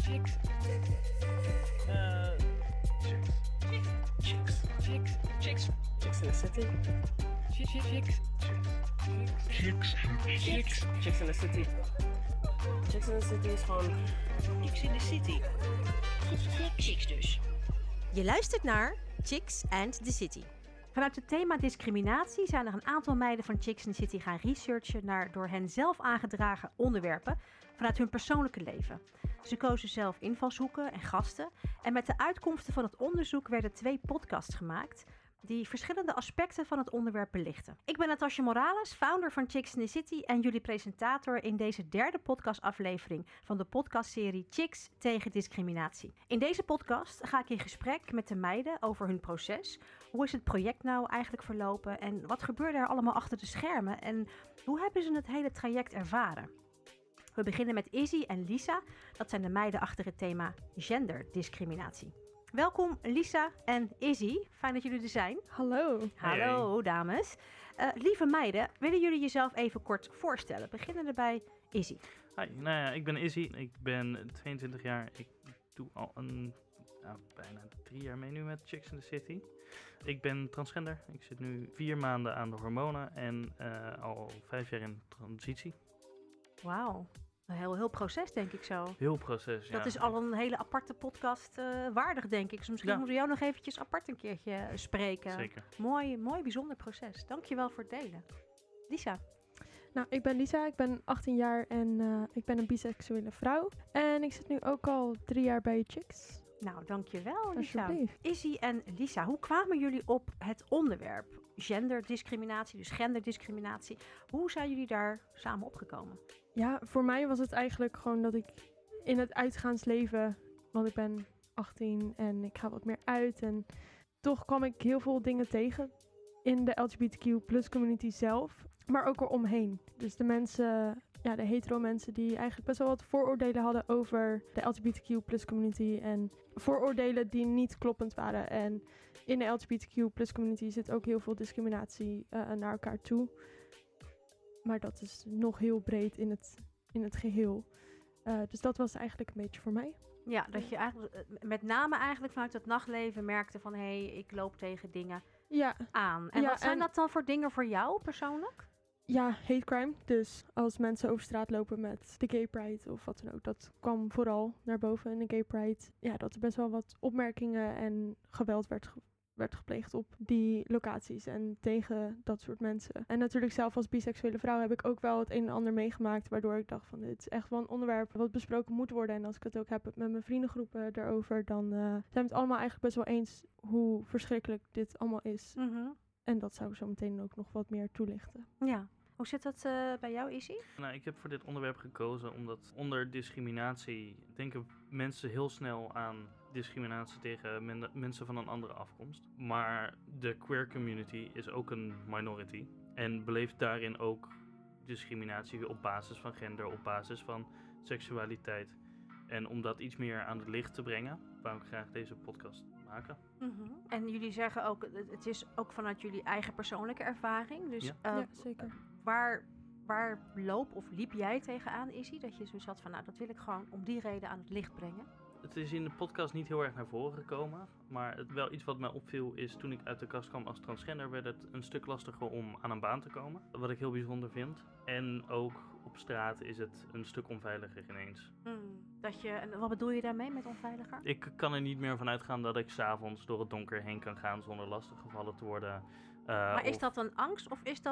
Chicks. Chicks in the City. Chicks in the City. Chicks in the City is gewoon... Chicks in the City. Chicks dus. Je luistert naar Chicks and the City. Vanuit het thema discriminatie zijn er een aantal meiden van Chicks in the City gaan researchen naar door hen zelf aangedragen onderwerpen vanuit hun persoonlijke leven. Ze kozen zelf invalshoeken en gasten en met de uitkomsten van het onderzoek werden 2 podcasts gemaakt die verschillende aspecten van het onderwerp belichten. Ik ben Natasja Morales, founder van Chicks in the City en jullie presentator in deze 3e podcastaflevering van de podcastserie Chicks tegen discriminatie. In deze podcast ga ik in gesprek met de meiden over hun proces. Hoe is het project nou eigenlijk verlopen en wat gebeurde er allemaal achter de schermen en hoe hebben ze het hele traject ervaren? We beginnen met Izzy en Lisa, dat zijn de meiden achter het thema genderdiscriminatie. Welkom Lisa en Izzy, fijn dat jullie er zijn. Hallo. Hallo dames. Lieve meiden, willen jullie jezelf even kort voorstellen? Beginnen bij Izzy. Hi, ik ben Izzy, ik ben 22 jaar, ik doe al bijna 3 jaar mee nu met Chicks in the City. Ik ben transgender, ik zit nu 4 maanden aan de hormonen en al 5 jaar in transitie. Wauw. Een heel proces, denk ik zo. Heel proces, ja. Dat is al een hele aparte podcast waardig, denk ik. Dus misschien moeten we jou nog eventjes apart een keertje spreken. Zeker. Mooi, bijzonder proces. Dankjewel voor het delen. Lisa. Nou, ik ben Lisa, ik ben 18 jaar en ik ben een biseksuele vrouw. En ik zit nu ook al 3 jaar bij Chicks. Nou, dankjewel Lisa. Alsjeblieft. Izzy en Lisa, hoe kwamen jullie op het onderwerp genderdiscriminatie, dus genderdiscriminatie? Hoe zijn jullie daar samen opgekomen? Ja, voor mij was het eigenlijk gewoon dat ik in het uitgaansleven, want ik ben 18 en ik ga wat meer uit. En toch kwam ik heel veel dingen tegen in de LGBTQ+ community zelf, maar ook eromheen. Dus de mensen, de hetero mensen die eigenlijk best wel wat vooroordelen hadden over de LGBTQ+ community en vooroordelen die niet kloppend waren. En in de LGBTQ+ community zit ook heel veel discriminatie naar elkaar toe. Maar dat is nog heel breed in het geheel. Dus dat was eigenlijk een beetje voor mij. Ja, dat je eigenlijk met name eigenlijk vanuit het nachtleven merkte van ik loop tegen dingen aan. En wat zijn dat dan voor dingen voor jou persoonlijk? Ja, hate crime. Dus als mensen over straat lopen met de gay pride of wat dan ook. Dat kwam vooral naar boven in de gay pride. Ja, dat er best wel wat opmerkingen en geweld werd gepleegd op die locaties en tegen dat soort mensen. En natuurlijk zelf als biseksuele vrouw heb ik ook wel het een en ander meegemaakt, waardoor ik dacht van dit is echt wel een onderwerp wat besproken moet worden. En als ik het ook heb met mijn vriendengroepen erover, dan zijn we het allemaal eigenlijk best wel eens hoe verschrikkelijk dit allemaal is. Mm-hmm. En dat zou ik zo meteen ook nog wat meer toelichten. Ja. Hoe zit dat bij jou, Izzy? Nou, ik heb voor dit onderwerp gekozen omdat onder discriminatie denken mensen heel snel aan discriminatie tegen mensen van een andere afkomst. Maar de queer community is ook een minority en beleeft daarin ook discriminatie op basis van gender, op basis van seksualiteit. En om dat iets meer aan het licht te brengen, wou ik graag deze podcast maken. Mm-hmm. En jullie zeggen ook, het is ook vanuit jullie eigen persoonlijke ervaring. Dus ja, zeker. Waar liep jij tegenaan, Izzy? Dat je zoiets had van, dat wil ik gewoon om die reden aan het licht brengen. Het is in de podcast niet heel erg naar voren gekomen. Maar wel iets wat mij opviel is, toen ik uit de kast kwam als transgender, werd het een stuk lastiger om aan een baan te komen. Wat ik heel bijzonder vind. En ook op straat is het een stuk onveiliger ineens. En wat bedoel je daarmee met onveiliger? Ik kan er niet meer van uitgaan dat ik 's avonds door het donker heen kan gaan zonder lastiggevallen te worden. Maar is dat een angst of is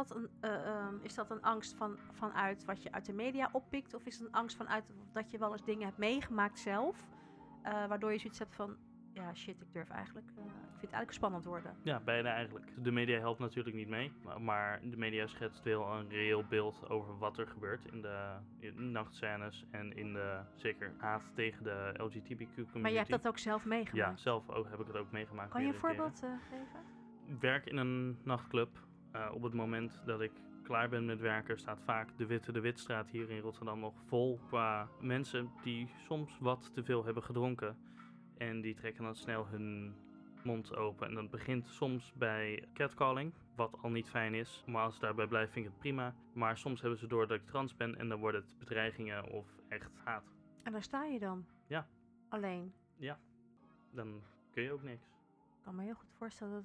dat een angst vanuit wat je uit de media oppikt? Of is het een angst vanuit dat je wel eens dingen hebt meegemaakt zelf? Waardoor je zoiets hebt van, ja shit, ik durf eigenlijk, ik vind het eigenlijk spannend worden. Ja, beide eigenlijk. De media helpt natuurlijk niet mee, maar de media schetst wel een reëel beeld over wat er gebeurt in de nachtscènes en in de, zeker, haat tegen de LGBTQ community. Maar je hebt dat ook zelf meegemaakt? Ja, zelf ook, heb ik het ook meegemaakt. Kan je een voorbeeld geven? Ik werk in een nachtclub. Op het moment dat ik klaar ben met werken staat vaak de Witstraat hier in Rotterdam nog vol qua mensen die soms wat te veel hebben gedronken. En die trekken dan snel hun mond open. En dat begint soms bij catcalling, wat al niet fijn is. Maar als het daarbij blijft vind ik het prima. Maar soms hebben ze door dat ik trans ben en dan wordt het bedreigingen of echt haat. En daar sta je dan? Ja. alleen. Dan kun je ook niks. Ik kan me heel goed voorstellen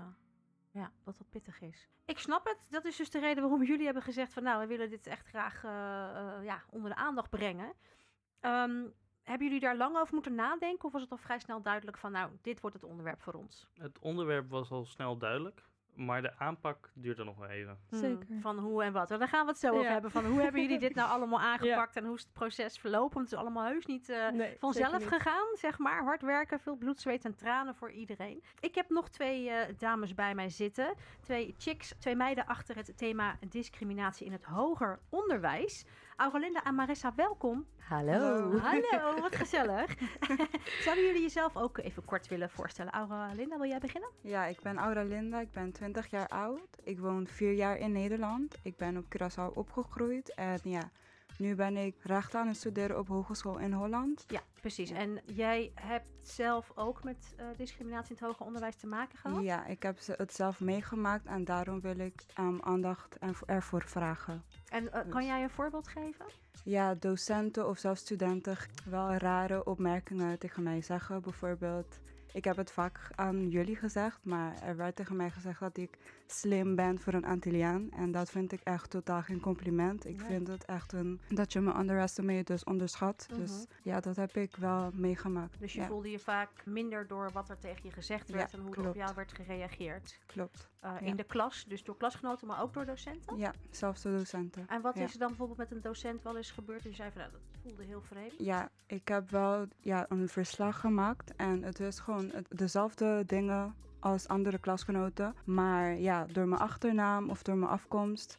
dat dat pittig is. Ik snap het. Dat is dus de reden waarom jullie hebben gezegd van nou, we willen dit echt graag onder de aandacht brengen. Hebben jullie daar lang over moeten nadenken? Of was het al vrij snel duidelijk van nou, dit wordt het onderwerp voor ons? Het onderwerp was al snel duidelijk. Maar de aanpak duurde nog wel even. Zeker. Van hoe en wat. Daar gaan we het zo over Ja. hebben. Van hoe hebben jullie dit nou allemaal aangepakt en hoe is het proces verlopen? Want het is allemaal heus niet Nee, vanzelf zeker niet. gegaan, zeg maar. Hard werken, veel bloed, zweet en tranen voor iedereen. Ik heb nog 2 dames bij mij zitten. 2 chicks, 2 meiden achter het thema discriminatie in het hoger onderwijs. Aurelinda en Marissa, welkom. Hallo. Hallo, wat gezellig. Zouden jullie jezelf ook even kort willen voorstellen? Aurelinda, wil jij beginnen? Ja, ik ben Aurelinda, ik ben 20 jaar oud. Ik woon 4 jaar in Nederland. Ik ben op Curaçao opgegroeid en ja, nu ben ik rechten aan het studeren op hogeschool in Holland. Ja, precies. En jij hebt zelf ook met discriminatie in het hoger onderwijs te maken gehad? Ja, ik heb het zelf meegemaakt en daarom wil ik aandacht ervoor vragen. En kan jij een voorbeeld geven? Ja, docenten of zelfs studenten wel rare opmerkingen tegen mij zeggen. Bijvoorbeeld, ik heb het vaak aan jullie gezegd, maar er werd tegen mij gezegd dat ik slim ben voor een Antilliaan. En dat vind ik echt totaal geen compliment. Ik vind het echt dat je me underestimate, dus onderschat. Dus ja, dat heb ik wel meegemaakt. Dus je Ja, voelde je vaak minder door wat er tegen je gezegd werd Ja, en hoe er op klopt. jou werd gereageerd. klopt. In de klas, dus door klasgenoten, maar ook door docenten? Ja, zelfs de docenten. En wat Ja. is er dan bijvoorbeeld met een docent wel eens gebeurd? Die zei van, nou, dat voelde heel vreemd. Ja, ik heb wel een verslag gemaakt en het is gewoon dezelfde dingen als andere klasgenoten. Maar ja, door mijn achternaam of door mijn afkomst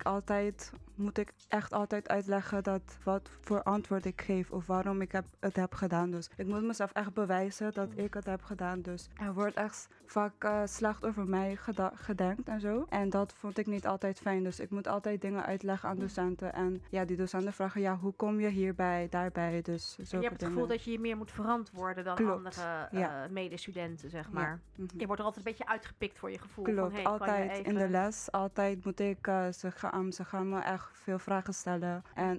moet ik echt altijd uitleggen wat voor antwoord ik geef of waarom ik het heb gedaan. Dus ik moet mezelf echt bewijzen dat ik het heb gedaan. Dus er wordt echt vaak slecht over mij gedenkt en zo. En dat vond ik niet altijd fijn. Dus ik moet altijd dingen uitleggen aan docenten. En ja, die docenten vragen, ja, hoe kom je hierbij, daarbij? Dus En zulke je hebt het gevoel dingen. dat je je meer moet verantwoorden dan Klopt, andere ja. medestudenten, zeg Ja, maar. mhm. Je wordt er altijd een beetje uitgepikt voor je gevoel. Klopt, van, hey, kan je altijd even... in de les. Altijd moet ik, ze gaan me echt veel vragen stellen. En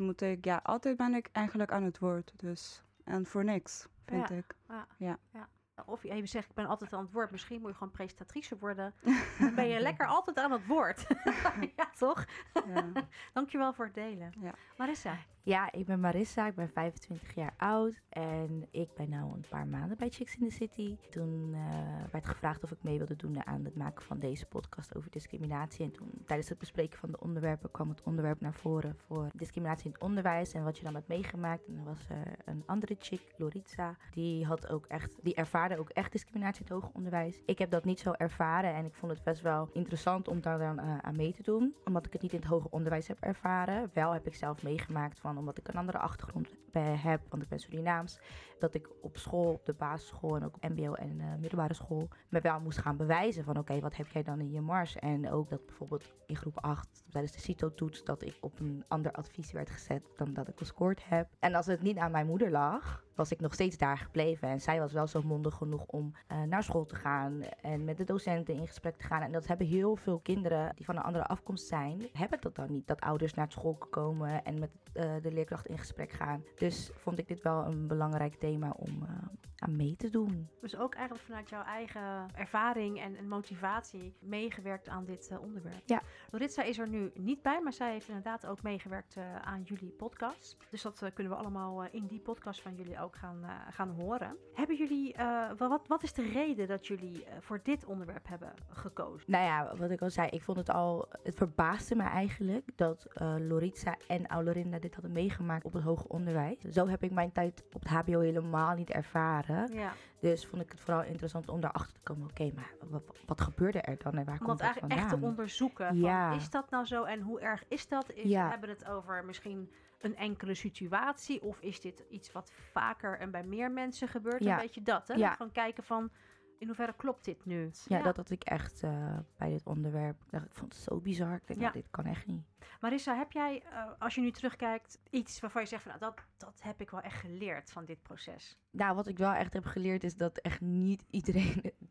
altijd ben ik eigenlijk aan het woord. Dus, en voor niks, vind ik. Ja. Of je even zegt, ik ben altijd aan het woord. Misschien moet je gewoon presentatrice worden. Dan ben je lekker altijd aan het woord. Ja, toch? Ja. Dankjewel voor het delen. Ja. Marissa. Ja, ik ben Marissa, ik ben 25 jaar oud en ik ben nu een paar maanden bij Chicks in the City. Toen werd gevraagd of ik mee wilde doen aan het maken van deze podcast over discriminatie. En toen tijdens het bespreken van de onderwerpen kwam het onderwerp naar voren voor discriminatie in het onderwijs en wat je dan hebt meegemaakt. En er was een andere chick, Loritza, die ervaarde ook echt discriminatie in het hoger onderwijs. Ik heb dat niet zo ervaren en ik vond het best wel interessant om daar dan aan mee te doen. Omdat ik het niet in het hoger onderwijs heb ervaren. Wel heb ik zelf meegemaakt omdat ik een andere achtergrond heb, want ik ben Surinaams, dat ik op school, op de basisschool en ook op mbo en middelbare school, me wel moest gaan bewijzen van oké, wat heb jij dan in je mars? En ook dat bijvoorbeeld in groep 8, tijdens de CITO-toets, dat ik op een ander advies werd gezet dan dat ik gescoord heb. En als het niet aan mijn moeder lag, was ik nog steeds daar gebleven. En zij was wel zo mondig genoeg om naar school te gaan en met de docenten in gesprek te gaan. En dat hebben heel veel kinderen die van een andere afkomst zijn, hebben dat dan niet. Dat ouders naar school komen en met de leerkracht in gesprek gaan. Dus vond ik dit wel een belangrijk thema om aan mee te doen. Dus ook eigenlijk vanuit jouw eigen ervaring en motivatie meegewerkt aan dit onderwerp. Ja. Loritza is er nu niet bij, maar zij heeft inderdaad ook meegewerkt aan jullie podcast. Dus dat kunnen we allemaal in die podcast van jullie ook gaan horen. Hebben jullie, wat is de reden dat jullie voor dit onderwerp hebben gekozen? Nou ja, wat ik al zei, het verbaasde me eigenlijk dat Loritza en Aurelinda dit hadden meegemaakt op het hoger onderwijs. Zo heb ik mijn tijd op het hbo helemaal niet ervaren. Ja. Dus vond ik het vooral interessant om daarachter te komen. Oké, maar wat gebeurde er dan en waar Om komt dat dat eigenlijk echt te vandaan? onderzoeken. Van, Ja. Is dat nou zo en hoe erg is dat? We hebben het over misschien een enkele situatie of is dit iets wat vaker en bij meer mensen gebeurt? Ja. Een beetje dat, hè? Ja. Gewoon kijken van in hoeverre klopt dit nu? Ja, dat had ik echt bij dit onderwerp. Ik vond het zo bizar. Ik denk, Ja. dit kan echt niet. Marissa, heb jij, als je nu terugkijkt, iets waarvan je zegt van nou, dat heb ik wel echt geleerd van dit proces? Nou, wat ik wel echt heb geleerd is dat echt niet iedereen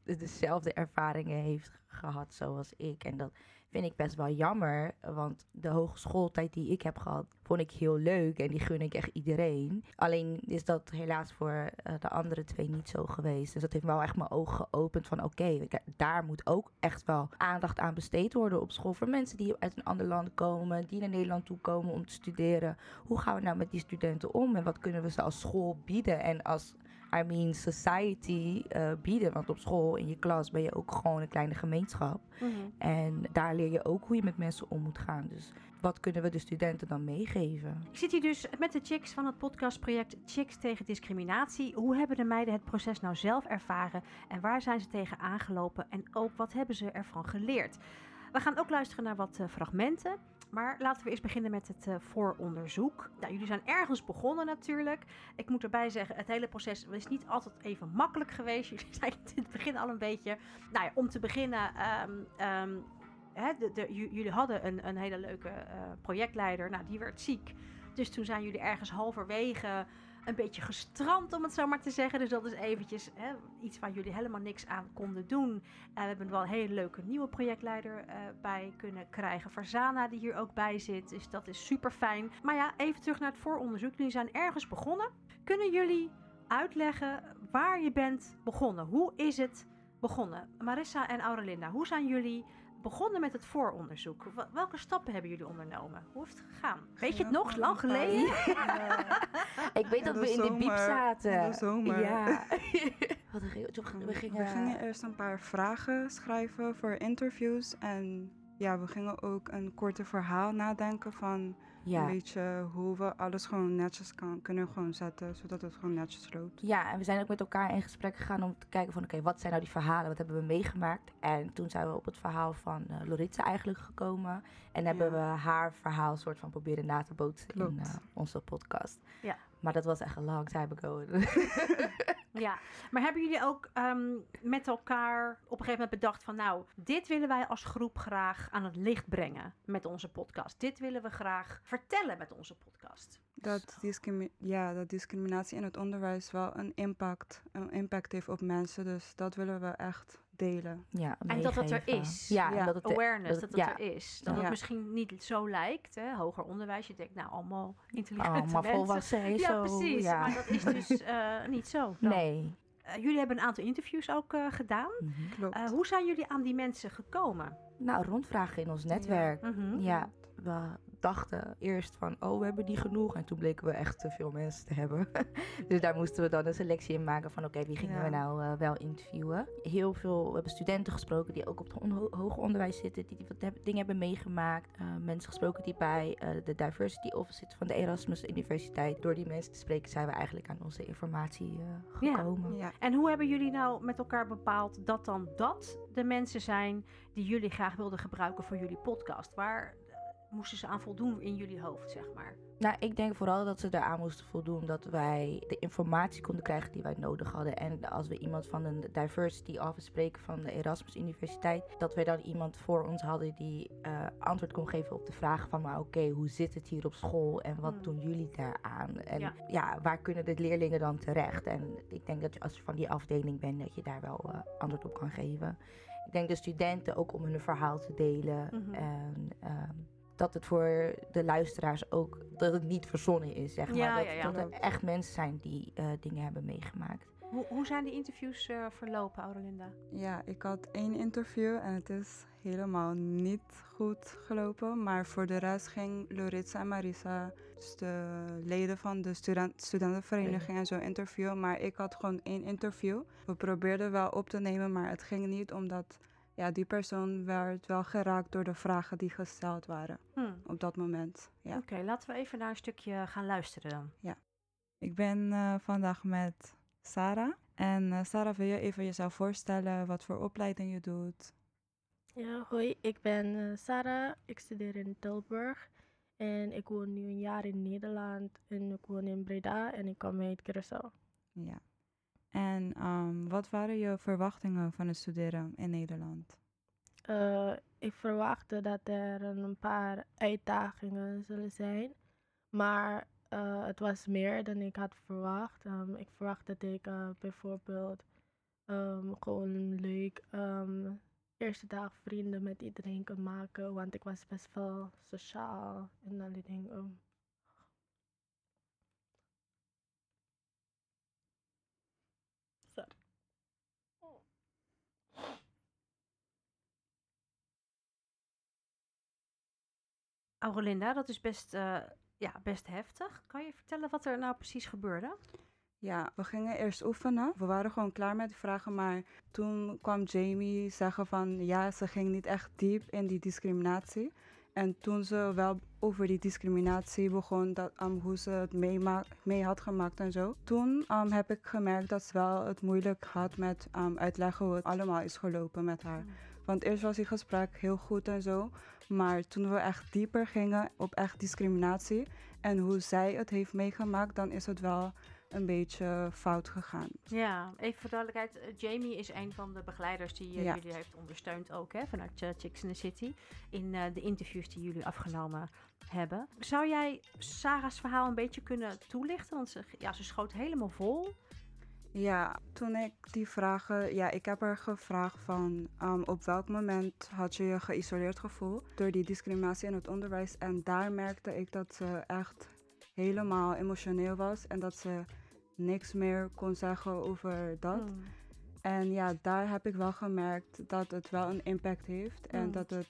dezelfde ervaringen heeft gehad zoals ik. En dat vind ik best wel jammer, want de hogeschooltijd die ik heb gehad, vond ik heel leuk en die gun ik echt iedereen. Alleen is dat helaas voor de andere 2 niet zo geweest. Dus dat heeft wel echt mijn ogen geopend van oké, daar moet ook echt wel aandacht aan besteed worden op school. Voor mensen die uit een ander land komen, die naar Nederland toe komen om te studeren. Hoe gaan we nou met die studenten om en wat kunnen we ze als school bieden en als society bieden. Want op school, in je klas, ben je ook gewoon een kleine gemeenschap. En daar leer je ook hoe je met mensen om moet gaan. Dus wat kunnen we de studenten dan meegeven? Ik zit hier dus met de chicks van het podcastproject Chicks tegen Discriminatie. Hoe hebben de meiden het proces nou zelf ervaren? En waar zijn ze tegen aangelopen? En ook wat hebben ze ervan geleerd? We gaan ook luisteren naar wat fragmenten. Maar laten we eerst beginnen met het vooronderzoek. Nou, jullie zijn ergens begonnen natuurlijk. Ik moet erbij zeggen, het hele proces is niet altijd even makkelijk geweest. Jullie zijn in het begin al een beetje... Nou ja, om te beginnen... jullie hadden een hele leuke projectleider. Nou, die werd ziek. Dus toen zijn jullie ergens halverwege een beetje gestrand, om het zo maar te zeggen. Dus dat is eventjes iets waar jullie helemaal niks aan konden doen. We hebben wel een hele leuke nieuwe projectleider bij kunnen krijgen. Farzana, die hier ook bij zit. Dus dat is super fijn. Maar ja, even terug naar het vooronderzoek. Jullie zijn ergens begonnen. Kunnen jullie uitleggen waar je bent begonnen? Hoe is het begonnen? Marissa en Aurelinda, hoe zijn jullie begonnen met het vooronderzoek? Welke stappen hebben jullie ondernomen? Hoe is het gegaan? Weet je het nog? Lang geleden? Ik weet dat we in de biep zaten. In de zomer. Ja. We gingen eerst een paar vragen schrijven voor interviews. En ja, we gingen ook een korte verhaal nadenken van... Ja. Weet je, hoe we alles gewoon netjes kunnen gewoon zetten, zodat het gewoon netjes loopt. Ja, en we zijn ook met elkaar in gesprek gegaan om te kijken van oké, wat zijn nou die verhalen, wat hebben we meegemaakt? En toen zijn we op het verhaal van Loritza eigenlijk gekomen. En hebben we haar verhaal soort van proberen na te bootsen in onze podcast. Ja. Maar dat was echt een long time ago. Ja, maar hebben jullie ook met elkaar op een gegeven moment bedacht van... nou, dit willen wij als groep graag aan het licht brengen met onze podcast. Dit willen we graag vertellen met onze podcast. Dat discriminatie in het onderwijs wel een impact heeft op mensen. Dus dat willen we echt delen. Ja, en dat het er is. Ja, dat het awareness, dat het er is. Dat het Ja. misschien niet zo lijkt. Hè? Hoger onderwijs, je denkt nou allemaal intelligente allemaal mensen. volwassen. Ja, zo, precies. ja. Maar dat is dus niet zo. Dan. Nee. Jullie hebben een aantal interviews ook gedaan. Klopt. Hoe zijn jullie aan die mensen gekomen? Nou, rondvragen in ons netwerk. Ja, we dachten eerst van, we hebben niet genoeg. En toen bleken we echt te veel mensen te hebben. Dus daar moesten we dan een selectie in maken van, oké, wie gingen we nou wel interviewen? Heel veel, we hebben studenten gesproken die ook op het hoger onderwijs zitten, die wat dingen hebben meegemaakt. Mensen gesproken die bij de Diversity Office zitten van de Erasmus Universiteit. Door die mensen te spreken zijn we eigenlijk aan onze informatie gekomen. Ja. En hoe hebben jullie nou met elkaar bepaald dat dan dat de mensen zijn die jullie graag wilden gebruiken voor jullie podcast? Waar moesten ze aan voldoen in jullie hoofd, zeg maar? Nou, ik denk vooral dat ze eraan moesten voldoen dat wij de informatie konden krijgen die wij nodig hadden. En als we iemand van een Diversity Office spreken van de Erasmus Universiteit, dat wij dan iemand voor ons hadden die antwoord kon geven op de vraag van, maar oké, hoe zit het hier op school en wat doen jullie daaraan? En waar kunnen de leerlingen dan terecht? En ik denk dat als je van die afdeling bent, dat je daar wel antwoord op kan geven. Ik denk de studenten ook om hun verhaal te delen. En dat het voor de luisteraars ook, dat het niet verzonnen is, zeg maar. Dat er echt mensen zijn die dingen hebben meegemaakt. Hoe zijn die interviews verlopen, Aurelinda? Ja, ik had 1 interview en het is helemaal niet goed gelopen. Maar voor de rest ging Loritza en Marissa, dus de leden van de studentenvereniging en zo interviewen. Maar ik had gewoon 1 interview. We probeerden wel op te nemen, maar het ging niet omdat... Ja, die persoon werd wel geraakt door de vragen die gesteld waren op dat moment. Ja. Oké, laten we even naar een stukje gaan luisteren dan. Ja. Ik ben vandaag met Sarah. En Sarah, wil je even jezelf voorstellen wat voor opleiding je doet? Ja, hoi. Ik ben Sarah. Ik studeer in Tilburg. En ik woon nu een jaar in Nederland. En ik woon in Breda en ik kom uit Curaçao. Ja. En wat waren je verwachtingen van het studeren in Nederland? Ik verwachtte dat er een paar uitdagingen zullen zijn. Maar het was meer dan ik had verwacht. Ik verwacht dat ik bijvoorbeeld Gewoon leuk. Eerste dag vrienden met iedereen kan maken, want ik was best wel sociaal en al die dingen. Sorry. Aurelinda, dat is best heftig. Kan je vertellen wat er nou precies gebeurde? Ja, we gingen eerst oefenen. We waren gewoon klaar met die vragen, maar toen kwam Jamie zeggen van ja, ze ging niet echt diep in die discriminatie. En toen ze wel over die discriminatie begon, hoe ze het mee had gemaakt en zo. Toen heb ik gemerkt dat ze wel het moeilijk had met uitleggen hoe het allemaal is gelopen met haar. Want eerst was die gesprek heel goed en zo. Maar toen we echt dieper gingen op echt discriminatie en hoe zij het heeft meegemaakt, dan is het wel een beetje fout gegaan. Ja, even voor duidelijkheid. Jamie is een van de begeleiders die jullie heeft ondersteund ook, hè, vanuit Chicks in the City. In de interviews die jullie afgenomen hebben. Zou jij Sarah's verhaal een beetje kunnen toelichten? Want ze schoot helemaal vol. Ja, toen ik die vragen... Ja, ik heb haar gevraagd van op welk moment had je je geïsoleerd gevoeld door die discriminatie in het onderwijs. En daar merkte ik dat ze echt helemaal emotioneel was en dat ze niks meer kon zeggen over dat. En ja, daar heb ik wel gemerkt dat het wel een impact heeft en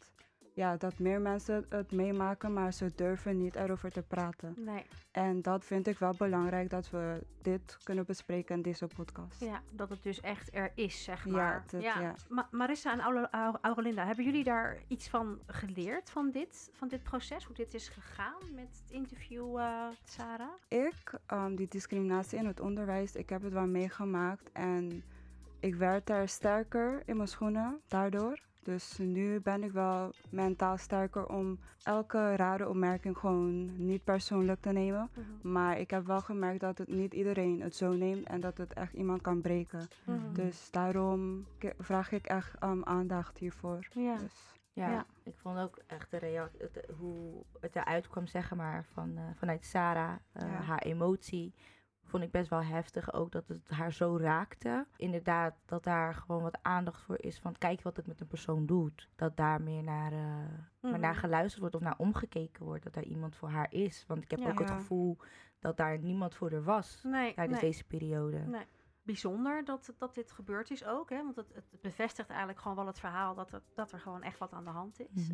dat meer mensen het meemaken, maar ze durven niet erover te praten. Nee. En dat vind ik wel belangrijk dat we dit kunnen bespreken in deze podcast. Ja, dat het dus echt er is, zeg maar. Ja. Marissa en Aurelinda, hebben jullie daar iets van geleerd van dit proces? Hoe dit is gegaan met het interview, Sarah? Die discriminatie in het onderwijs, ik heb het wel meegemaakt en ik werd daar sterker in mijn schoenen daardoor. Dus nu ben ik wel mentaal sterker om elke rare opmerking gewoon niet persoonlijk te nemen. Maar ik heb wel gemerkt dat het niet iedereen het zo neemt en dat het echt iemand kan breken. Dus daarom vraag ik echt aandacht hiervoor. Ja. Dus. Ja, ik vond ook echt de reactie, hoe het eruit kwam, zeg maar, vanuit Sarah, haar emotie. Vond ik best wel heftig ook dat het haar zo raakte. Inderdaad, dat daar gewoon wat aandacht voor is van kijk wat het met een persoon doet. Dat daar meer naar geluisterd wordt of naar omgekeken wordt. Dat er iemand voor haar is. Want ik heb ook het gevoel dat daar niemand voor haar was tijdens deze periode. Nee. Bijzonder dat dit gebeurd is ook, hè? Want het bevestigt eigenlijk gewoon wel het verhaal dat er gewoon echt wat aan de hand is.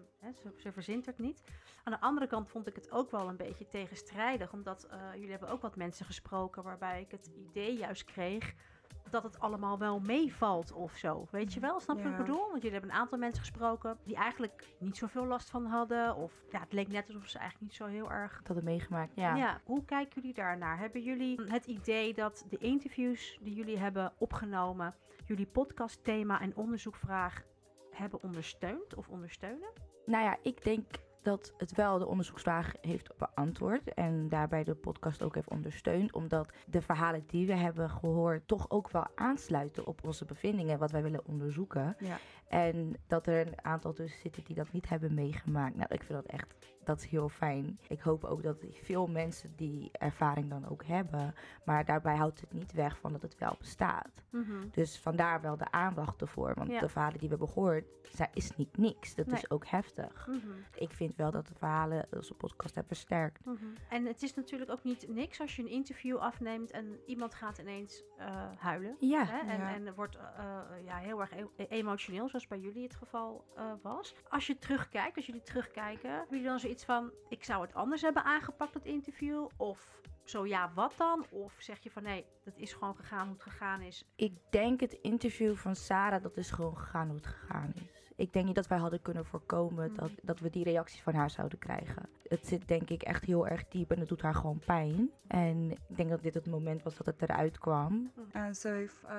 Ze verzint het niet. Aan de andere kant vond ik het ook wel een beetje tegenstrijdig, omdat jullie hebben ook wat mensen gesproken waarbij ik het idee juist kreeg dat het allemaal wel meevalt of zo. Weet je wel? Snap je wat ik bedoel? Want jullie hebben een aantal mensen gesproken die eigenlijk niet zoveel last van hadden. Of ja, het leek net alsof ze eigenlijk niet zo heel erg Dat hadden meegemaakt, ja. Hoe kijken jullie daarnaar? Hebben jullie het idee dat de interviews die jullie hebben opgenomen, jullie podcastthema en onderzoekvraag hebben ondersteund of ondersteunen? Nou ja, ik denk dat het wel de onderzoeksvraag heeft beantwoord en daarbij de podcast ook heeft ondersteund, omdat de verhalen die we hebben gehoord toch ook wel aansluiten op onze bevindingen, wat wij willen onderzoeken. Ja. En dat er een aantal tussen zitten die dat niet hebben meegemaakt. Nou, ik vind dat is heel fijn. Ik hoop ook dat veel mensen die ervaring dan ook hebben, maar daarbij houdt het niet weg van dat het wel bestaat. Dus vandaar wel de aandacht ervoor, want de verhalen die we hebben gehoord, is niet niks. Dat is ook heftig. Ik vind wel dat de verhalen onze podcast hebben versterkt. En het is natuurlijk ook niet niks als je een interview afneemt en iemand gaat ineens huilen. Ja. Hè? En wordt heel erg emotioneel, zoals bij jullie het geval was. Als jullie terugkijken, hebben jullie dan zoiets van, ik zou het anders hebben aangepakt, dat interview? Of zo ja, wat dan? Of zeg je van nee, dat is gewoon gegaan hoe het gegaan is? Ik denk het interview van Sarah, dat is gewoon gegaan hoe het gegaan is. Ik denk niet dat wij hadden kunnen voorkomen dat we die reacties van haar zouden krijgen. Het zit denk ik echt heel erg diep en het doet haar gewoon pijn. En ik denk dat dit het moment was dat het eruit kwam. En ze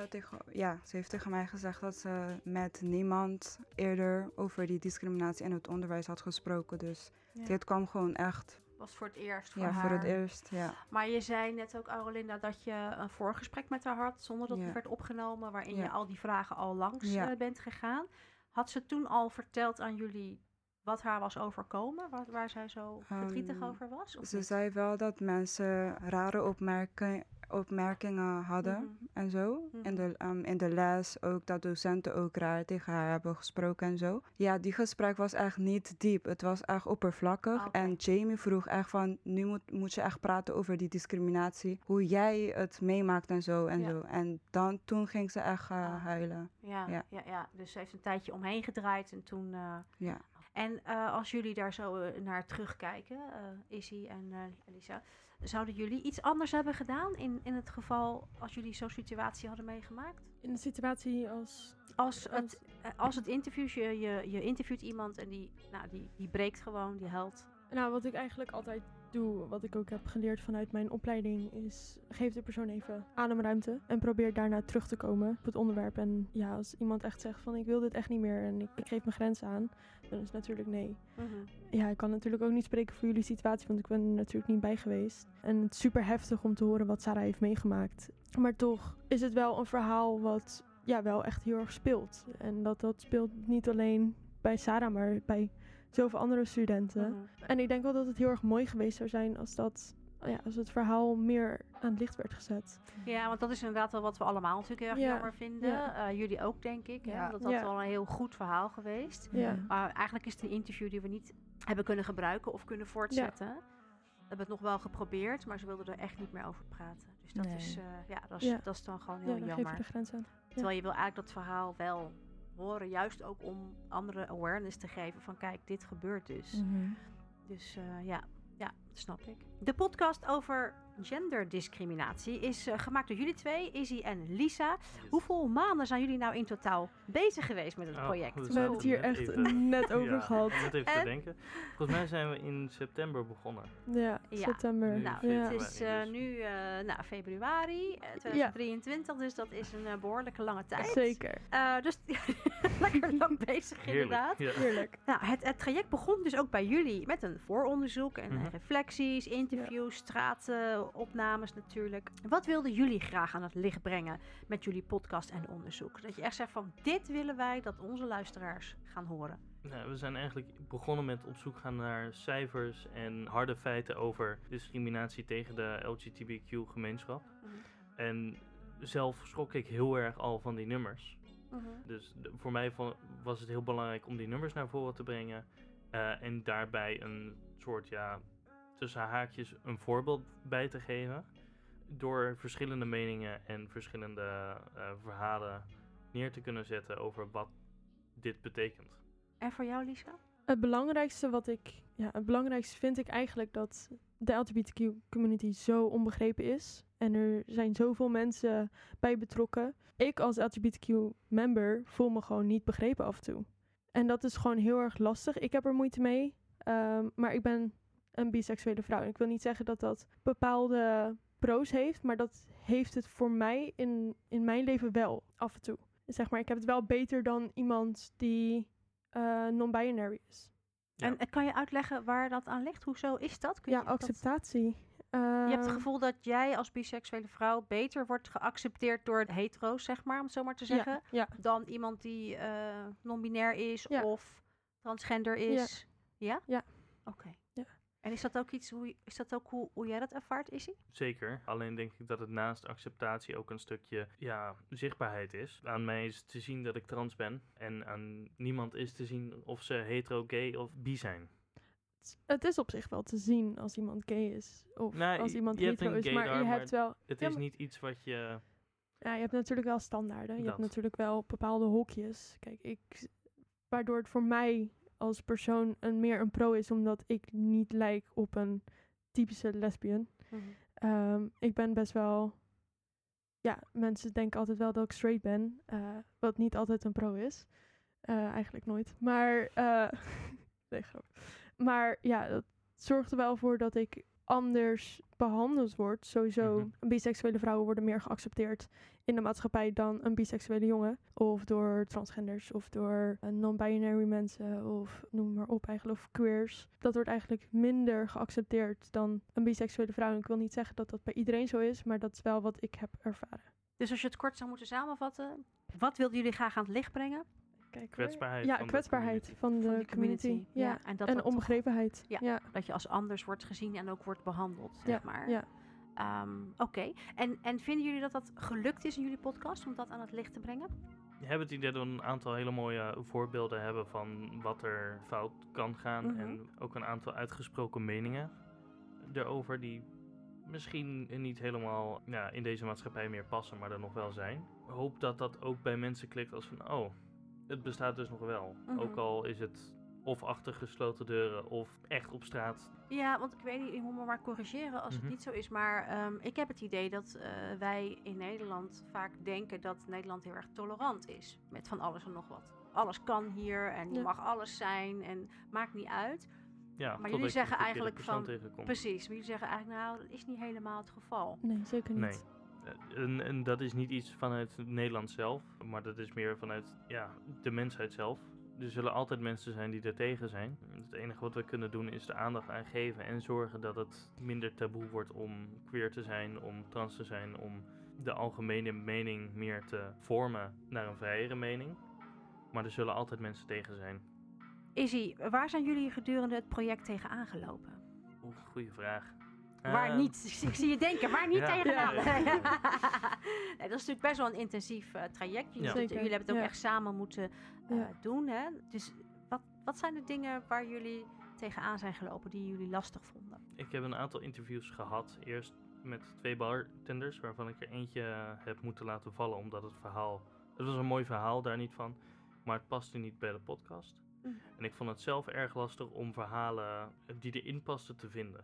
heeft tegen mij gezegd dat ze met niemand eerder over die discriminatie in het onderwijs had gesproken. Dus dit kwam gewoon echt Was voor het eerst voor haar. haar. Voor het eerst, ja. Maar je zei net ook, Aurelinda, dat je een voorgesprek met haar had zonder dat het werd opgenomen, waarin je al die vragen al langs bent gegaan. Had ze toen al verteld aan jullie wat haar was overkomen, waar zij zo verdrietig over was? Ze zei wel dat mensen rare opmerkingen hadden en zo. In de les ook, dat docenten ook raar tegen haar hebben gesproken en zo. Ja, die gesprek was echt niet diep. Het was echt oppervlakkig. Oké. En Jamie vroeg echt van, nu moet je echt praten over die discriminatie. Hoe jij het meemaakt en zo en zo. En toen ging ze echt huilen. Ja. Dus ze heeft een tijdje omheen gedraaid en toen... Ja. En als jullie daar zo naar terugkijken, Izzy en Lisa, zouden jullie iets anders hebben gedaan in het geval als jullie zo'n situatie hadden meegemaakt? In een situatie Als het interview, je interviewt iemand en die breekt gewoon, die huilt. Nou, wat ik eigenlijk altijd doe, wat ik ook heb geleerd vanuit mijn opleiding, is geef de persoon even ademruimte en probeer daarna terug te komen op het onderwerp. En ja, als iemand echt zegt van ik wil dit echt niet meer en ik geef mijn grens aan, dan is het natuurlijk nee. Ja, ik kan natuurlijk ook niet spreken voor jullie situatie, want ik ben er natuurlijk niet bij geweest. En het is super heftig om te horen wat Sarah heeft meegemaakt. Maar toch is het wel een verhaal wat wel echt heel erg speelt. En dat speelt niet alleen bij Sarah, maar bij zoveel andere studenten. En ik denk wel dat het heel erg mooi geweest zou zijn als het verhaal meer aan het licht werd gezet. Ja, want dat is inderdaad wel wat we allemaal natuurlijk heel erg jammer vinden. Ja. Jullie ook, denk ik. Ja. Dat wel een heel goed verhaal geweest. Ja. Maar eigenlijk is het een interview die we niet hebben kunnen gebruiken of kunnen voortzetten. We hebben het nog wel geprobeerd, maar ze wilden er echt niet meer over praten. Dus dat dat is dan gewoon heel dan jammer. geef je de grens aan. Terwijl je wil eigenlijk dat verhaal wel horen, juist ook om anderen awareness te geven van kijk, dit gebeurt dus. Dus dat snap ik. De podcast over genderdiscriminatie is gemaakt door jullie twee, Izzy en Lisa. Hoeveel maanden zijn jullie nou in totaal bezig geweest met het project? We hebben het hier echt net over gehad. Net even te denken. Volgens mij zijn we in september begonnen. Ja, september. Nou, het is nu februari 2023, dus dat is een behoorlijke lange tijd. Zeker. Dus lekker lang bezig inderdaad. Heerlijk. Nou, het traject begon dus ook bij jullie met een vooronderzoek en reflecties, interviews, straatopnames natuurlijk. Wat wilden jullie graag aan het licht brengen met jullie podcast en onderzoek? Dat je echt zegt van dit willen wij dat onze luisteraars gaan horen. Nou, we zijn eigenlijk begonnen met op zoek gaan naar cijfers en harde feiten over discriminatie tegen de LGBTQ-gemeenschap. En zelf schrok ik heel erg al van die nummers. Dus voor mij was het heel belangrijk om die nummers naar voren te brengen. En daarbij een soort, tussen haakjes, een voorbeeld bij te geven. Door verschillende meningen en verschillende verhalen neer te kunnen zetten over wat dit betekent. En voor jou, Lisa? Het belangrijkste vind ik eigenlijk dat de LGBTQ-community zo onbegrepen is. En er zijn zoveel mensen bij betrokken. Ik als LGBTQ-member voel me gewoon niet begrepen af en toe. En dat is gewoon heel erg lastig. Ik heb er moeite mee. Maar ik ben een biseksuele vrouw. En ik wil niet zeggen dat dat bepaalde pro's heeft. Maar dat heeft het voor mij in mijn leven wel af en toe. Zeg maar, ik heb het wel beter dan iemand die non-binary is. Ja. En kan je uitleggen waar dat aan ligt? Hoezo is dat? Acceptatie. Je hebt het gevoel dat jij als biseksuele vrouw beter wordt geaccepteerd door hetero's, zeg maar, om het zo maar te zeggen, dan iemand die non-binair is of transgender is. Ja? Ja. Oké. Ja. En is dat ook iets, hoe jij dat ervaart, Izzy? Zeker. Alleen denk ik dat het naast acceptatie ook een stukje zichtbaarheid is. Aan mij is te zien dat ik trans ben. En aan niemand is te zien of ze hetero, gay of bi zijn. Het is op zich wel te zien als iemand gay is. Of als iemand hetero is. Maar je hebt wel... Het is niet iets wat je... Ja, je hebt natuurlijk wel standaarden. Je hebt natuurlijk wel bepaalde hokjes. Kijk, waardoor het voor mij als persoon meer een pro is, omdat ik niet lijk op een typische lesbian. Ik ben best wel... Ja, mensen denken altijd wel dat ik straight ben. Wat niet altijd een pro is. Eigenlijk nooit. Maar... nee, grap. Maar ja, dat zorgt er wel voor dat ik anders behandeld word. Sowieso, biseksuele vrouwen worden meer geaccepteerd in de maatschappij dan een biseksuele jongen. Of door transgenders, of door non-binary mensen, of noem maar op eigenlijk, of queers. Dat wordt eigenlijk minder geaccepteerd dan een biseksuele vrouw. En ik wil niet zeggen dat dat bij iedereen zo is, maar dat is wel wat ik heb ervaren. Dus als je het kort zou moeten samenvatten, wat wilden jullie graag aan het licht brengen? Kwetsbaarheid van de community. Ja. En onbegrepenheid. Dat je als anders wordt gezien en ook wordt behandeld, zeg maar. Ja. Oké. En vinden jullie dat dat gelukt is in jullie podcast om dat aan het licht te brengen? We hebben het idee dat we een aantal hele mooie voorbeelden hebben van wat er fout kan gaan. Mhm. En ook een aantal uitgesproken meningen erover die misschien niet helemaal in deze maatschappij meer passen, maar er nog wel zijn. Ik hoop dat dat ook bij mensen klikt als van, het bestaat dus nog wel. Mhm. Ook al is het of achter gesloten deuren of echt op straat. Ja, want ik weet niet, ik moet me maar corrigeren als het niet zo is. Maar ik heb het idee dat wij in Nederland vaak denken dat Nederland heel erg tolerant is. Met van alles en nog wat. Alles kan hier en je mag alles zijn en maakt niet uit. Ja, Maar jullie zeggen eigenlijk van... tegenkomt. Precies, maar jullie zeggen eigenlijk dat is niet helemaal het geval. Nee, zeker niet. Nee. En dat is niet iets vanuit Nederland zelf, maar dat is meer vanuit de mensheid zelf. Er zullen altijd mensen zijn die er tegen zijn. Het enige wat we kunnen doen is de aandacht aan geven en zorgen dat het minder taboe wordt om queer te zijn, om trans te zijn, om de algemene mening meer te vormen naar een vrijere mening. Maar er zullen altijd mensen tegen zijn. Izzy, waar zijn jullie gedurende het project tegen aangelopen? Goeie vraag. Waar niet? Ik zie je denken, waar niet tegenaan? Ja. Nee, dat is natuurlijk best wel een intensief traject. Jullie hebben het ook echt samen moeten doen. Hè? Dus wat zijn de dingen waar jullie tegenaan zijn gelopen die jullie lastig vonden? Ik heb een aantal interviews gehad. Eerst met 2 bartenders, waarvan ik er eentje heb moeten laten vallen, omdat het was een mooi verhaal, daar niet van. Maar het paste niet bij de podcast. En ik vond het zelf erg lastig om verhalen die erin pasten te vinden.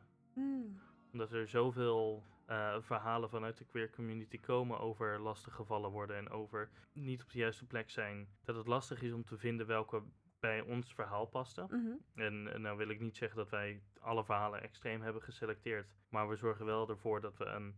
Omdat er zoveel verhalen vanuit de queer community komen over lastig gevallen worden en over niet op de juiste plek zijn. Dat het lastig is om te vinden welke bij ons verhaal paste. En nou wil ik niet zeggen dat wij alle verhalen extreem hebben geselecteerd. Maar we zorgen wel ervoor dat we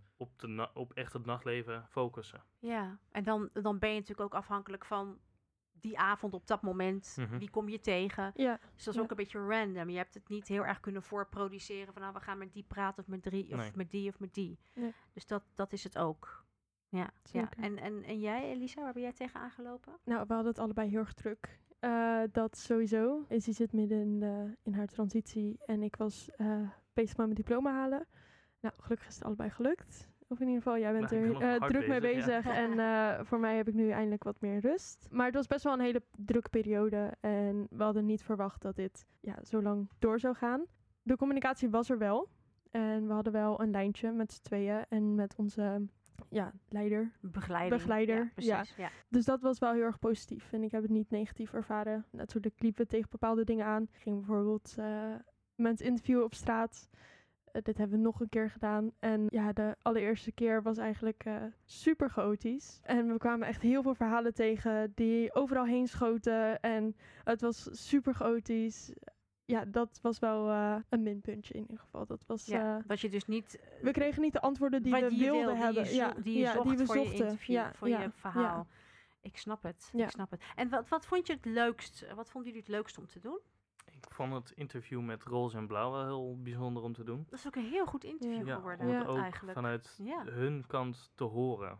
op echt het nachtleven focussen. Ja, en dan ben je natuurlijk ook afhankelijk van die avond op dat moment. Wie kom je tegen? Ja. Dus dat is ook een beetje random. Je hebt het niet heel erg kunnen voorproduceren van we gaan met die praten of met met die of met die. Nee. Dus dat is het ook. Ja. Zeker. En jij, Elisa, waar ben jij tegen aangelopen? Nou, we hadden het allebei heel erg druk. Dat sowieso. Izzy zit midden in haar transitie en ik was bezig met mijn diploma halen. Nou, gelukkig is het allebei gelukt. Of in ieder geval, jij bent er druk mee bezig. Ja. En voor mij heb ik nu eindelijk wat meer rust. Maar het was best wel een hele drukke periode. En we hadden niet verwacht dat dit zo lang door zou gaan. De communicatie was er wel. En we hadden wel een lijntje met z'n tweeën. En met onze leider. Begeleider. Ja, precies. Ja. Dus dat was wel heel erg positief. En ik heb het niet negatief ervaren. Natuurlijk liepen we tegen bepaalde dingen aan. Ik ging bijvoorbeeld mensen interviewen op straat. Dit hebben we nog een keer gedaan. En de allereerste keer was eigenlijk super chaotisch. En we kwamen echt heel veel verhalen tegen die overal heen schoten. En het was super chaotisch. Ja, dat was wel een minpuntje in ieder geval. Dat was, dat je dus niet... we kregen niet de antwoorden die we wilden hebben. Die je zocht voor je interview, voor je verhaal. Ja. Ik snap het. En wat vond je het leukst? Wat vonden jullie het leukst om te doen? Ik vond het interview met Roze en Blauw wel heel bijzonder om te doen. Dat is ook een heel goed interview geworden. Om het ook eigenlijk vanuit hun kant te horen.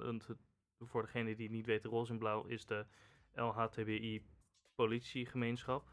Voor degene die het niet weten, Roze en Blauw is de LHTBI-politiegemeenschap.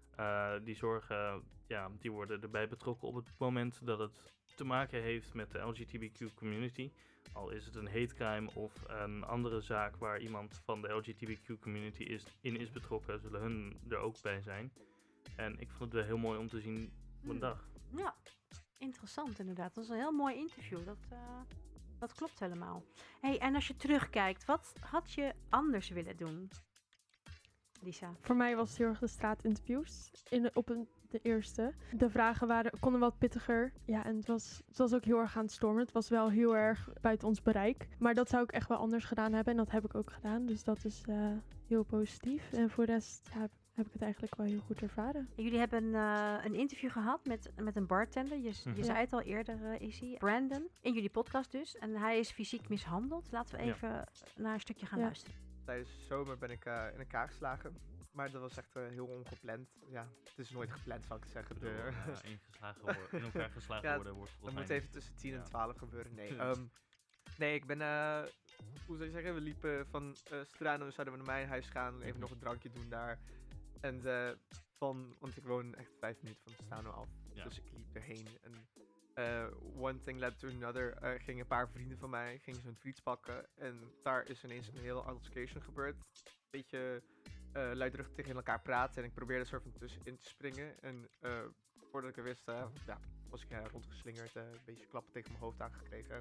Die worden erbij betrokken op het moment dat het te maken heeft met de LGBTQ community. Al is het een hate crime of een andere zaak waar iemand van de LGBTQ community is betrokken, zullen hun er ook bij zijn. En ik vond het wel heel mooi om te zien op een dag. Ja, interessant inderdaad. Dat was een heel mooi interview. Dat klopt helemaal. Hey, en als je terugkijkt, wat had je anders willen doen, Lisa? Voor mij was het heel erg de straatinterviews. De eerste. De vragen konden wat pittiger. Ja, en het was ook heel erg aan het stormen. Het was wel heel erg buiten ons bereik. Maar dat zou ik echt wel anders gedaan hebben. En dat heb ik ook gedaan. Dus dat is heel positief. En voor de rest heb ik het eigenlijk wel heel goed ervaren. Jullie hebben een interview gehad met een bartender. Je zei het al eerder, Izzy. Brandon. In jullie podcast dus. En hij is fysiek mishandeld. Laten we even naar een stukje gaan luisteren. Tijdens de zomer ben ik in elkaar geslagen. Maar dat was echt heel ongepland. Ja, het is nooit gepland, zal ik zeggen. In elkaar geslagen worden wordt volgens mij. Dat moet even tussen 10 en 12 gebeuren. Nee, ik ben... hoe zou je zeggen? We liepen van Strano en zouden we naar mijn huis gaan. Even nog een drankje doen daar. En want ik woon echt 5 minuten van Strano af. Ja. Dus ik liep erheen. En one thing led to another. Gingen een paar vrienden van mij gingen hun fiets pakken. En daar is ineens een hele altercation gebeurd. Een beetje luidruchtig tegen elkaar praten. En ik probeerde er soort van tussenin te springen. En voordat ik het wist, was ik rondgeslingerd. Een beetje klappen tegen mijn hoofd aangekregen.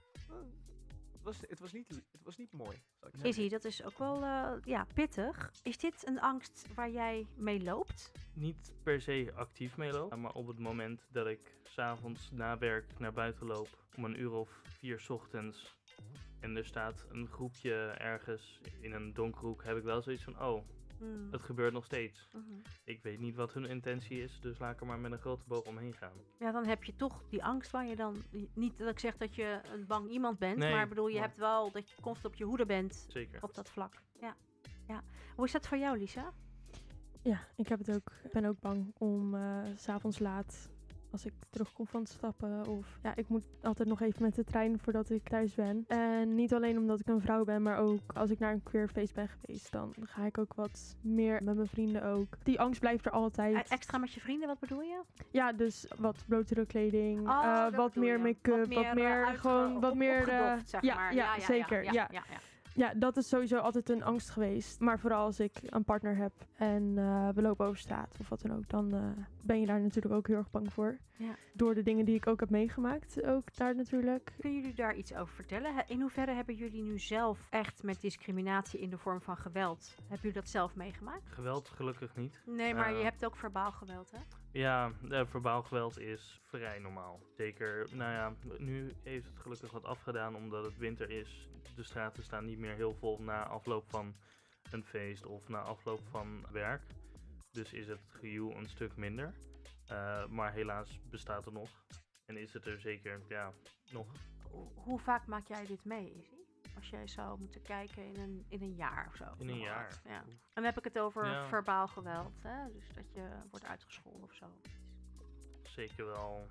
Het was niet mooi, zal ik zeggen. Izzy, dat is ook wel pittig. Is dit een angst waar jij mee loopt? Niet per se actief meeloop, maar op het moment dat ik 's avonds na werk naar buiten loop om 4:00 's ochtends en er staat een groepje ergens in een donkere hoek, heb ik wel zoiets van, het gebeurt nog steeds. Ik weet niet wat hun intentie is, dus laat ik er maar met een grote boog omheen gaan. Ja, dan heb je toch die angst waar je dan... Niet dat ik zeg dat je een bang iemand bent, Nee, maar bedoel, je maar- hebt wel dat je constant op je hoede bent Zeker. op dat vlak. Ja. Hoe is dat voor jou, Lisa? Ja, ik ben ook bang om 's avonds laat, als ik terugkom van het stappen. Of ik moet altijd nog even met de trein voordat ik thuis ben. En niet alleen omdat ik een vrouw ben, maar ook als ik naar een queerfeest ben geweest, dan ga ik ook wat meer met mijn vrienden ook. Die angst blijft er altijd. Extra met je vrienden, wat bedoel je? Ja, dus wat blotere kleding, Dat wat bedoel meer je. make-up, wat meer gewoon wat meer opgedoft, zeg maar. Ja, zeker. Ja. Ja, dat is sowieso altijd een angst geweest. Maar vooral als ik een partner heb en we lopen over straat of wat dan ook, dan ben je daar natuurlijk ook heel erg bang voor. Ja. Door de dingen die ik ook heb meegemaakt, ook daar natuurlijk. Kunnen jullie daar iets over vertellen? In hoeverre hebben jullie nu zelf echt met discriminatie in de vorm van geweld? Hebben jullie dat zelf meegemaakt? Geweld gelukkig niet. Nee, maar je hebt ook verbaal geweld, hè? Ja, verbaal geweld is vrij normaal. Zeker, nu heeft het gelukkig wat afgedaan omdat het winter is. De straten staan niet meer heel vol na afloop van een feest of na afloop van werk. Dus is het gejoel een stuk minder. Maar helaas bestaat het nog. En is het er zeker, nog. Hoe vaak maak jij dit mee, Izzy? Als jij zou moeten kijken in een jaar of zo. In een jaar? Ja. En dan heb ik het over Ja. verbaal geweld, hè? Dus dat je wordt uitgescholden of zo. Zeker wel,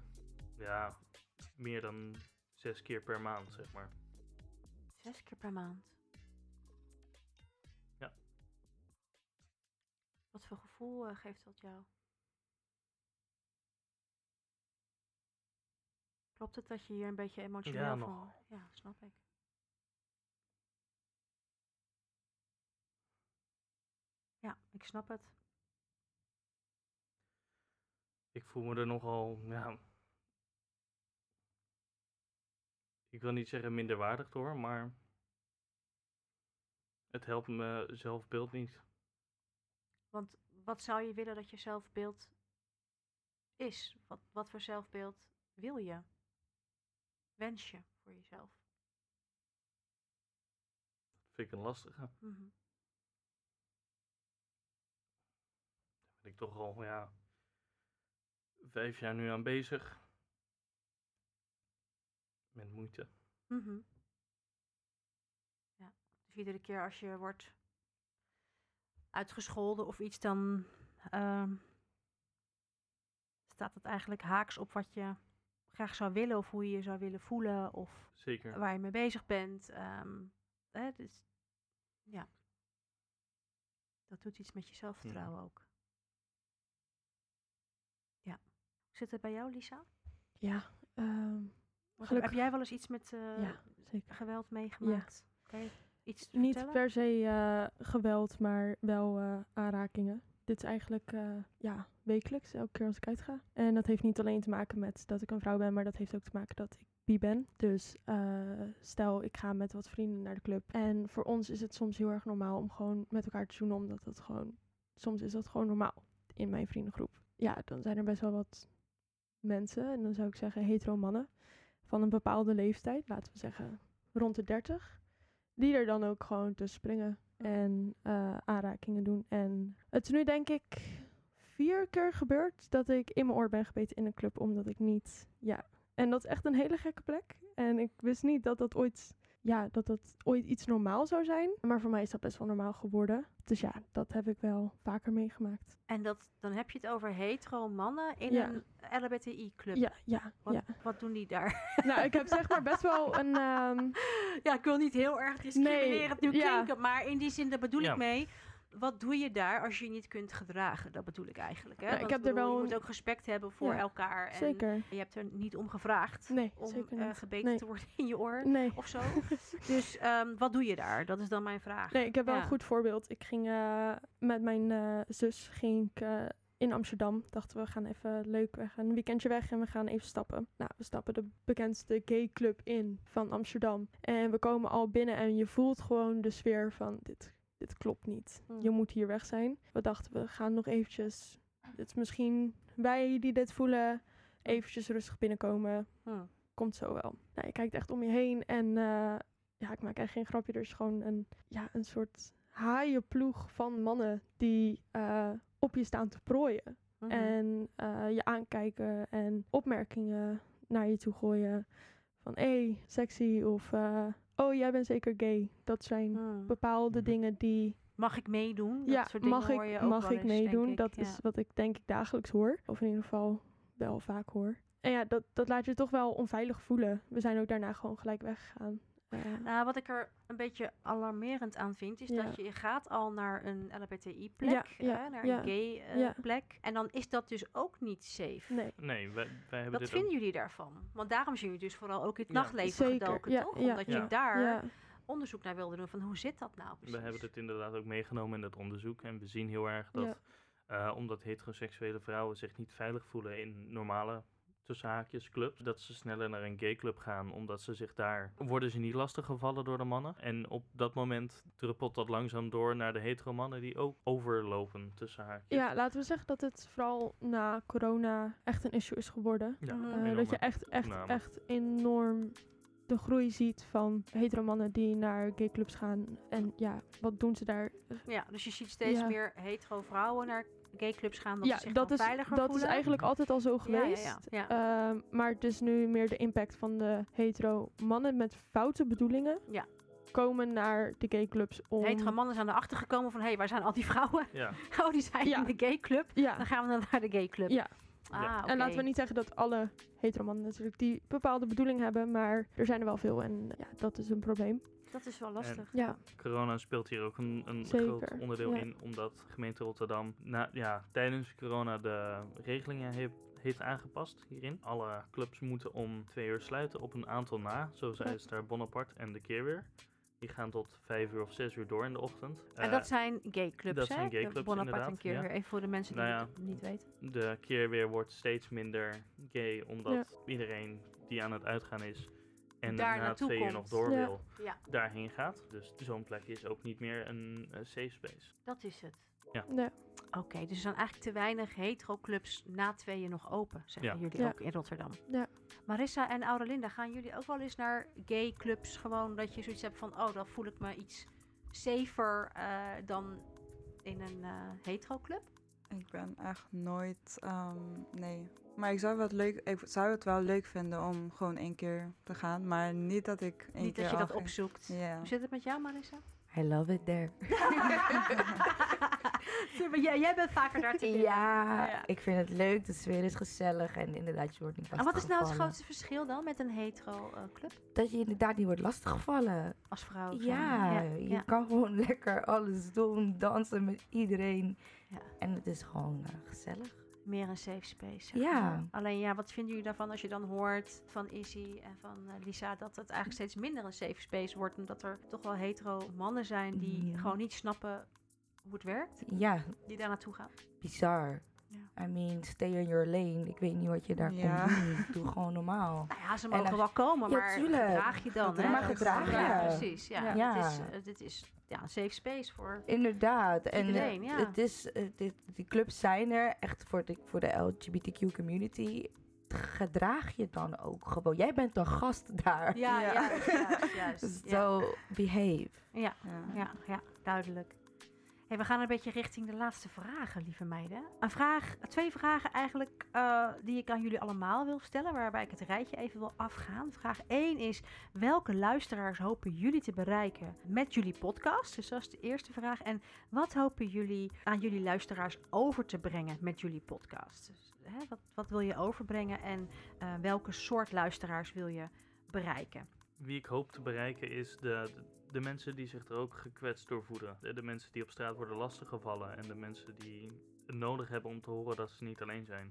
meer dan 6 keer per maand, zeg maar. 6 keer per maand? Ja. Wat voor gevoel geeft dat jou? Klopt het dat je hier een beetje emotioneel Ja, van... nogal. Ja, snap ik. Ja, ik snap het. Ik voel me er nogal, ik wil niet zeggen minderwaardig door, maar het helpt me zelfbeeld niet. Want wat zou je willen dat je zelfbeeld is? Wat voor zelfbeeld wil je? Wens je voor jezelf? Vind ik een lastige. Daar ben ik toch al, 5 jaar nu aan bezig. Met moeite. Ja, dus iedere keer als je wordt uitgescholden of iets, dan staat het eigenlijk haaks op wat je graag zou willen of hoe je je zou willen voelen of Zeker. waar je mee bezig bent. Dus ja, dat doet iets met je zelfvertrouwen ook. Ja. Hoe zit het bij jou, Lisa? Ja, Heb jij wel eens iets met ja, zeker. geweld meegemaakt? Kan je iets Niet vertellen? per se geweld, maar wel aanrakingen. Dit is eigenlijk wekelijks, elke keer als ik uitga. En dat heeft niet alleen te maken met dat ik een vrouw ben, maar dat heeft ook te maken dat ik bi ben. Dus stel, ik ga met wat vrienden naar de club. En voor ons is het soms heel erg normaal om gewoon met elkaar te zoenen, omdat het gewoon... Soms is dat gewoon normaal in mijn vriendengroep. Ja, dan zijn er best wel wat mensen, en dan zou ik zeggen hetero mannen, van een bepaalde leeftijd, laten we zeggen rond de 30, die er dan ook gewoon tussen springen en aanrakingen doen. En het is nu denk ik 4 keer gebeurd dat ik in mijn oor ben gebeten in een club, omdat ik niet, en dat is echt een hele gekke plek. En ik wist niet dat dat ooit iets normaal zou zijn. Maar voor mij is dat best wel normaal geworden. Dus ja, dat heb ik wel vaker meegemaakt. En dan heb je het over hetero mannen in een LHBTI-club. Ja. Wat doen die daar? Nou, ik heb zeg maar best wel een... Ja, ik wil niet heel erg discriminerend nu klinken, maar in die zin, daar bedoel ik mee. wat doe je daar als je je niet kunt gedragen? Dat bedoel ik eigenlijk. Hè? Ja, ik Want, heb er wel je een- moet ook respect hebben voor Ja, elkaar. En Zeker. je hebt er niet om gevraagd Nee, om zeker niet. gebeten Nee. te worden in je oor Nee. of zo. Dus wat doe je daar? Dat is dan mijn vraag. Nee, ik heb wel Ja. een goed voorbeeld. Ik ging met mijn zus in Amsterdam. Dachten we gaan even leuk, we gaan een weekendje weg en we gaan even stappen. Nou, we stappen de bekendste gay club in van Amsterdam. En we komen al binnen en je voelt gewoon de sfeer van dit klopt niet. Je moet hier weg zijn. We dachten we gaan nog eventjes, dit is misschien wij die dit voelen, eventjes rustig binnenkomen. Komt zo wel. Nou, je kijkt echt om je heen en ik maak echt geen grapje. Er is gewoon een soort haaienploeg van mannen die op je staan te prooien. En je aankijken en opmerkingen naar je toe gooien. Van, hey, sexy of oh, jij bent zeker gay. Dat zijn bepaalde dingen die... Mag ik meedoen? Dat Ja, soort dingen hoor je ook mag wel ik eens, meedoen? denk ik. Dat Ja. is wat ik denk ik dagelijks hoor. Of in ieder geval wel vaak hoor. En ja, dat laat je toch wel onveilig voelen. We zijn ook daarna gewoon gelijk weggegaan. Nou, wat ik er een beetje alarmerend aan vind, is Ja. dat je gaat al naar een LHBTI-plek, naar ja, een gay ja. plek. En dan is dat dus ook niet safe. Nee. Nee, wij hebben Wat dit vinden ook. jullie daarvan? Want daarom zijn jullie dus vooral ook in het Ja. nachtleven Zeker, gedoken, ja, toch? ja, Omdat je ja. daar Ja. onderzoek naar wilde doen van hoe zit dat nou precies? We hebben dit inderdaad ook meegenomen in dat onderzoek. En we zien heel erg dat, omdat heteroseksuele vrouwen zich niet veilig voelen in normale, tussen haakjes, clubs, dat ze sneller naar een gay club gaan, omdat ze zich daar... worden ze niet lastiggevallen door de mannen. En op dat moment druppelt dat langzaam door naar de hetero mannen die ook overlopen, tussen haakjes. Ja, laten we zeggen dat het vooral na corona echt een issue is geworden. Ja, Dat je echt enorm de groei ziet van hetero mannen die naar gay clubs gaan. En ja, wat doen ze daar? Ja, dus je ziet steeds Ja. meer hetero vrouwen naar gayclubs gaan, dat Ja, ze zich dat dan is, veiliger dat voelen. is eigenlijk altijd al zo Ja, geweest. ja. Maar het is nu meer de impact van de hetero mannen met foute bedoelingen. Ja. Komen naar de gay clubs om... Hetero mannen zijn erachter gekomen van, hé, waar zijn al die vrouwen? Ja. Oh, die zijn Ja. in de gay club. Ja. Dan gaan we dan naar de gay club. Ja. Ah, En laten we niet zeggen dat alle hetero mannen natuurlijk die bepaalde bedoeling hebben, maar er zijn er wel veel en ja, dat is een probleem. Dat is wel lastig. Ja. Corona speelt hier ook een Zeker, groot onderdeel ja. in, omdat gemeente Rotterdam tijdens corona de regelingen heeft aangepast hierin. Alle clubs moeten om 2 uur sluiten op een aantal na. Zo zijn ze daar Bonaparte en de Keerweer. Die gaan tot 5 uur of 6 uur door in de ochtend. En dat zijn gay clubs, dat hè? zijn gay De clubs, Bonaparte en inderdaad, Keerweer. ja. Even voor de mensen die Nou ja, het niet weten. De Keerweer wordt steeds minder gay, omdat Ja. iedereen die aan het uitgaan is en Daar na naartoe 2 uur komt. nog door Ja. wil, Ja, daarheen gaat. Dus zo'n plek is ook niet meer een safe space. dat is het. Ja. Oké, dus er zijn eigenlijk te weinig hetero-clubs na 2 nog open, zeggen Ja. jullie Ja. ook in Rotterdam. Ja. Marissa en Aurelinda, gaan jullie ook wel eens naar gay clubs? Gewoon dat je zoiets hebt van, oh, dan voel ik me iets safer dan in een hetero-club? Ik ben echt nooit, nee. Maar ik zou het wel leuk vinden om gewoon 1 keer te gaan. Maar niet dat ik 1 Niet keer dat je al dat ging. opzoekt. Ja. Hoe zit het met jou, Marissa? I love it there. Jij bent vaker daar te vinden. Ja, ik vind het leuk. De sfeer is gezellig en inderdaad, je wordt niet En wat is nou het lastiggevallen. grootste verschil dan met een hetero-club Dat je inderdaad niet wordt lastiggevallen. als vrouw? Ja, je kan gewoon lekker alles doen, dansen met iedereen. Ja. En het is gewoon gezellig. Meer een safe space. zeg Ja. maar. Alleen ja, wat vinden jullie daarvan als je dan hoort van Izzy en van Lisa dat het eigenlijk steeds minder een safe space wordt, omdat er toch wel hetero mannen zijn die Ja. gewoon niet snappen hoe het werkt, Ja, die daar naartoe gaan? bizar. Ja. I mean, stay in your lane. Ik weet niet wat je daar Ja. komt doen. Doe gewoon normaal. Nou ja, ze En mogen wel komen, ja, maar tuurlijk. gedraag je dan. hè? Maar gedraag Ja, je. precies. Ja. Ja. Dit is een safe space voor... Inderdaad. En Iedereen, ja. het is, die clubs zijn er echt voor de LGBTQ community. Gedraag je dan ook gewoon. Jij bent een gast daar. Ja, Ja. juist. So behave. Ja. Ja. Ja, duidelijk. Hey, we gaan een beetje richting de laatste vragen, lieve meiden. 2 vragen eigenlijk die ik aan jullie allemaal wil stellen, waarbij ik het rijtje even wil afgaan. Vraag 1 is, welke luisteraars hopen jullie te bereiken met jullie podcast? Dus dat is de eerste vraag. En wat hopen jullie aan jullie luisteraars over te brengen met jullie podcast? Dus, wat wil je overbrengen en welke soort luisteraars wil je bereiken? wie ik hoop te bereiken is de mensen die zich er ook gekwetst door voelen. De mensen die op straat worden lastiggevallen. En de mensen die het nodig hebben om te horen dat ze niet alleen zijn.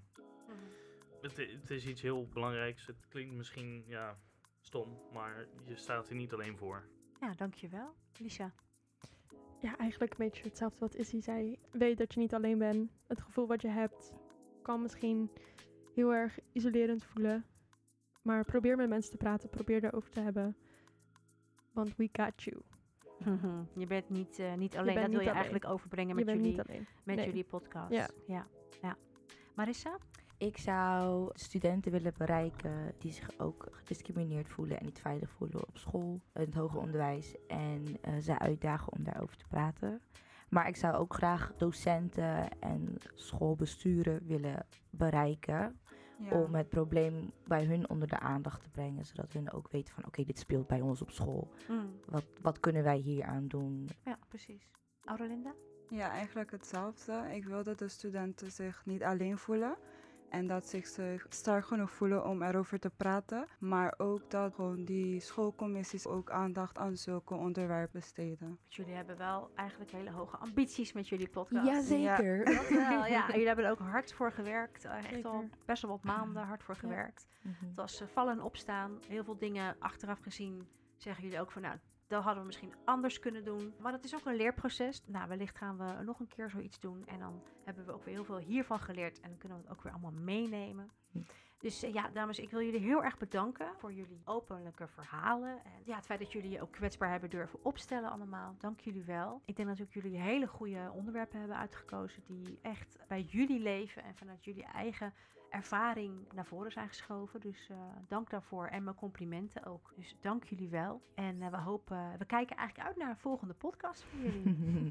Het is iets heel belangrijks. Het klinkt misschien stom, maar je staat er niet alleen voor. Ja, dankjewel. Lisa? Ja, eigenlijk een beetje hetzelfde wat Issy zei. Weet dat je niet alleen bent. Het gevoel wat je hebt kan misschien heel erg isolerend voelen. Maar probeer met mensen te praten. Probeer erover te hebben. Want we got you. Je bent niet alleen. bent Dat wil niet je alleen. eigenlijk overbrengen Je met, bent jullie, niet alleen. met Nee. jullie podcast. Ja. Ja. Marissa? Ik zou studenten willen bereiken die zich ook gediscrimineerd voelen en niet veilig voelen op school, in het hoger onderwijs. En ze uitdagen om daarover te praten. Maar ik zou ook graag docenten en schoolbesturen willen bereiken. Ja. Om het probleem bij hun onder de aandacht te brengen. Zodat hun ook weten van oké, dit speelt bij ons op school. Wat kunnen wij hier aan doen? Ja, precies. Aurelinda? Ja, eigenlijk hetzelfde. Ik wil dat de studenten zich niet alleen voelen. En dat ze zich sterk genoeg voelen om erover te praten. Maar ook dat gewoon die schoolcommissies ook aandacht aan zulke onderwerpen besteden. Jullie hebben wel eigenlijk hele hoge ambities met jullie podcast. Jazeker. Dat wel, ja. Jullie hebben er ook hard voor gewerkt. Echt Zeker. al best wel wat maanden hard voor gewerkt. Het was vallen en opstaan. Heel veel dingen achteraf gezien zeggen jullie ook van nou, dat hadden we misschien anders kunnen doen. Maar dat is ook een leerproces. Nou, wellicht gaan we nog een keer zoiets doen. En dan hebben we ook weer heel veel hiervan geleerd. En dan kunnen we het ook weer allemaal meenemen. Dus dames, ik wil jullie heel erg bedanken voor jullie openlijke verhalen. En het feit dat jullie je ook kwetsbaar hebben durven opstellen allemaal. Dank jullie wel. Ik denk dat ook jullie hele goede onderwerpen hebben uitgekozen die echt bij jullie leven en vanuit jullie eigen ervaring naar voren zijn geschoven. Dus dank daarvoor en mijn complimenten ook. Dus dank jullie wel. En we kijken eigenlijk uit naar een volgende podcast van jullie.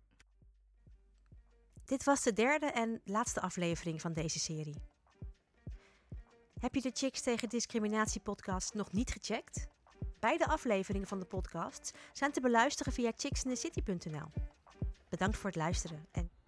Dit was de derde en laatste aflevering van deze serie. Heb je de Chicks tegen Discriminatie podcast nog niet gecheckt? Beide afleveringen van de podcast zijn te beluisteren via chicksindthecity.nl. Bedankt voor het luisteren en